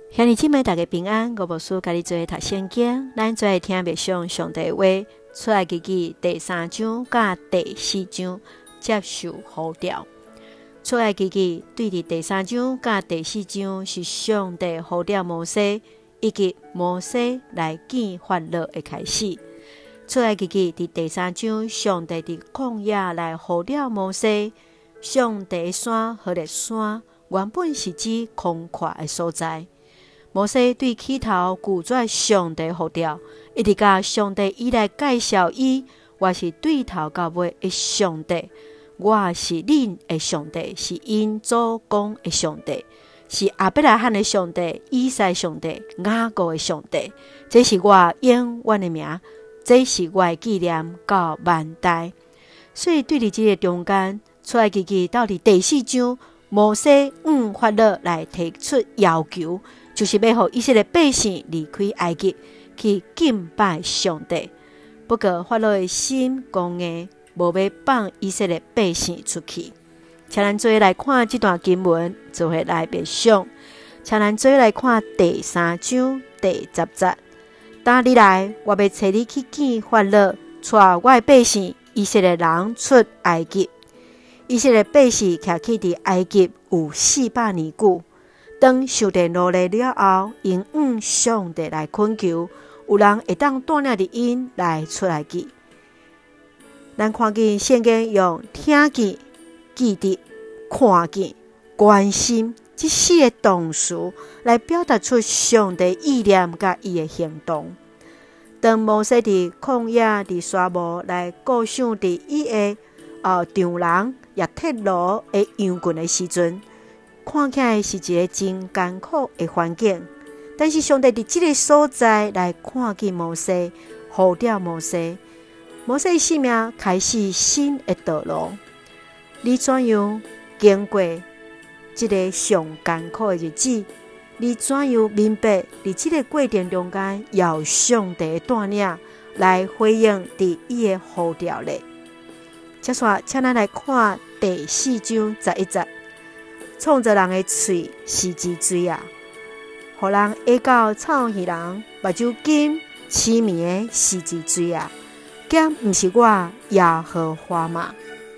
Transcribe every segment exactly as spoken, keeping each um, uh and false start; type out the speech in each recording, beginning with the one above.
兄弟姊妹大家平安，我无事家己做读圣经，咱做来听默想上帝话。出埃及记第三章甲第四章接受呼召。出埃及记对伫第三章甲第四章是上帝呼召摩西，以及摩西来见法老的开始。出埃及记伫第三章，上帝伫旷野来呼召摩西。上帝的山何烈山原本是指空旷的所在。摩西对起头拒绝上帝呼召，一直到上帝伊来介绍伊，我是对头到尾的上帝，我是恁的上帝，是因祖公的上帝，是亚伯拉罕的上帝、以撒上帝、雅各的上帝。这是我永远的名，这是我的纪念到万代。所以对伫这个中间，出埃及记到伫第四章，摩西向法老来提出要求，就是要让以色列百姓离开埃及，去敬拜上帝。不过法老的心刚硬，无要放以色列百姓出去。请咱做来看这段经文，就会来默想。请咱做来看第三章第十节。当你来，我要找你去见法老，带我的百姓以色列人出埃及。以色列百姓徛起伫埃及有四百年久。当受地奴隶了后，因向上帝来恳求，有人会当带领着因来出埃及。咱看见圣经用听见、记得、看见、关心这四个动词来表达出上帝意念甲伊的行动。当摩西伫旷野伫沙漠来构想伫伊的呃长廊也铁路的羊群的时阵，看起来是一个真艰苦的环境，但是上帝伫这个所在来看见摩西，呼召摩西，摩西生命开始新的道路。你怎样经过这个上艰苦的日子？你怎样明白伫这个过程中间要上帝的带领来回应伫伊的呼召呢？接下来，请咱来看第四章十一节。创造人的嘴是之水啊，互人下到草鱼人目睭金痴迷的是之水啊，减毋是我耶和华嘛？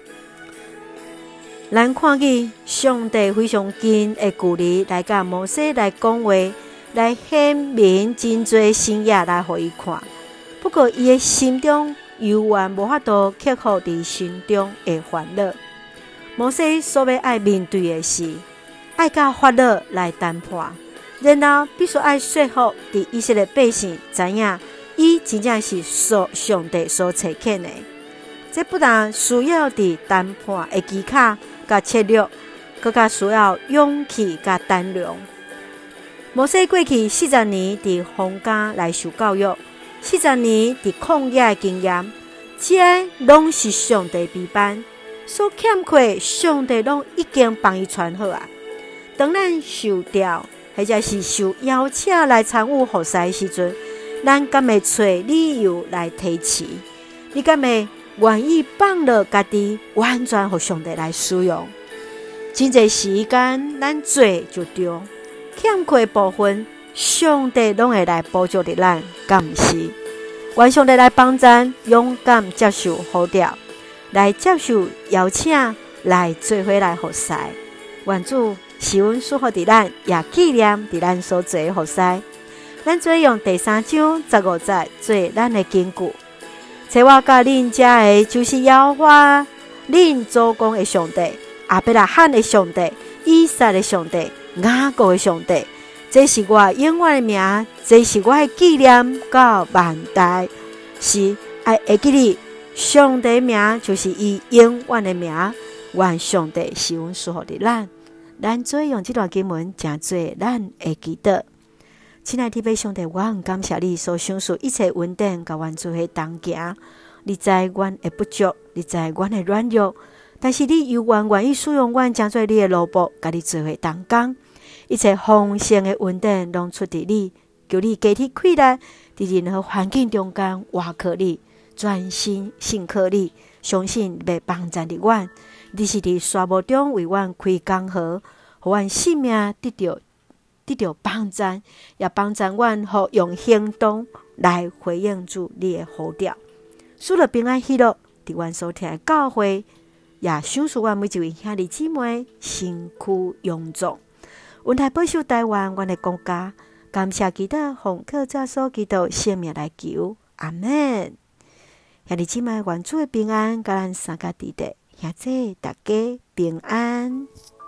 咱看见上帝非常近的距离来甲摩西来讲话，来显明真侪新嘢来互伊看。不过伊的心中犹原无法度克服伫心中的烦恼。摩西所要爱面对的是，爱甲法老来谈判，然后必须爱说服伫以色列百姓知影，伊真正是所上帝所差遣的。这不但需要伫谈判的技巧甲策略，更加需要勇气甲胆量。摩西过去四十年伫皇家来受教育，四十年伫旷野的经验，这拢是上帝备班。所欠缺，上帝拢已经帮伊传好啊。当咱受调，或者是受邀请来参与服侍的时阵，咱敢会找理由来推辞？你敢会愿意放落家己，完全互上帝来使用？真侪时间，咱做就对，欠缺部分，上帝拢会来补助着咱，敢毋是？愿上帝来帮咱，勇敢接受呼召。来接受邀请，来做伙来服侍。愿主是阮祝福伫咱，也纪念伫咱所做的服侍。咱做用第三章十五节做咱的根据。找我甲恁遮的，就是耶和华恁祖公的上帝，亚伯拉罕的上帝，以撒的上帝，雅各的上帝。这是我永远的名，这是我的纪念到万代。是爱会记你。上帝的名就是伊永远的名，愿上帝是阮祝福的咱。咱做用这段经文，真做咱会记得。亲爱的弟兄上帝，我很感谢你所享受一切稳定，甲阮做伙同行。你知阮的不足，你知阮的软弱，但是你犹原愿意使用阮，真做你的奴仆，甲你做伙同工。一切丰盛的稳定，拢出伫你，求你加添气力，伫任何环境中间活靠你。专心信靠你，相信要帮助你阮。你是伫沙漠中为阮开江河，互阮性命得到得到帮赞，也帮赞阮互用行动来回应主你的呼召，使了平安喜乐伫阮所听的教会，也赏赐阮每一位兄弟姊妹身躯勇壮，恩待保守台湾阮的国家。感谢祈祷奉靠主所祈祷圣名来求，阿们。兄弟姊妹，愿主的平安甲咱三家弟弟兄姐大家平安。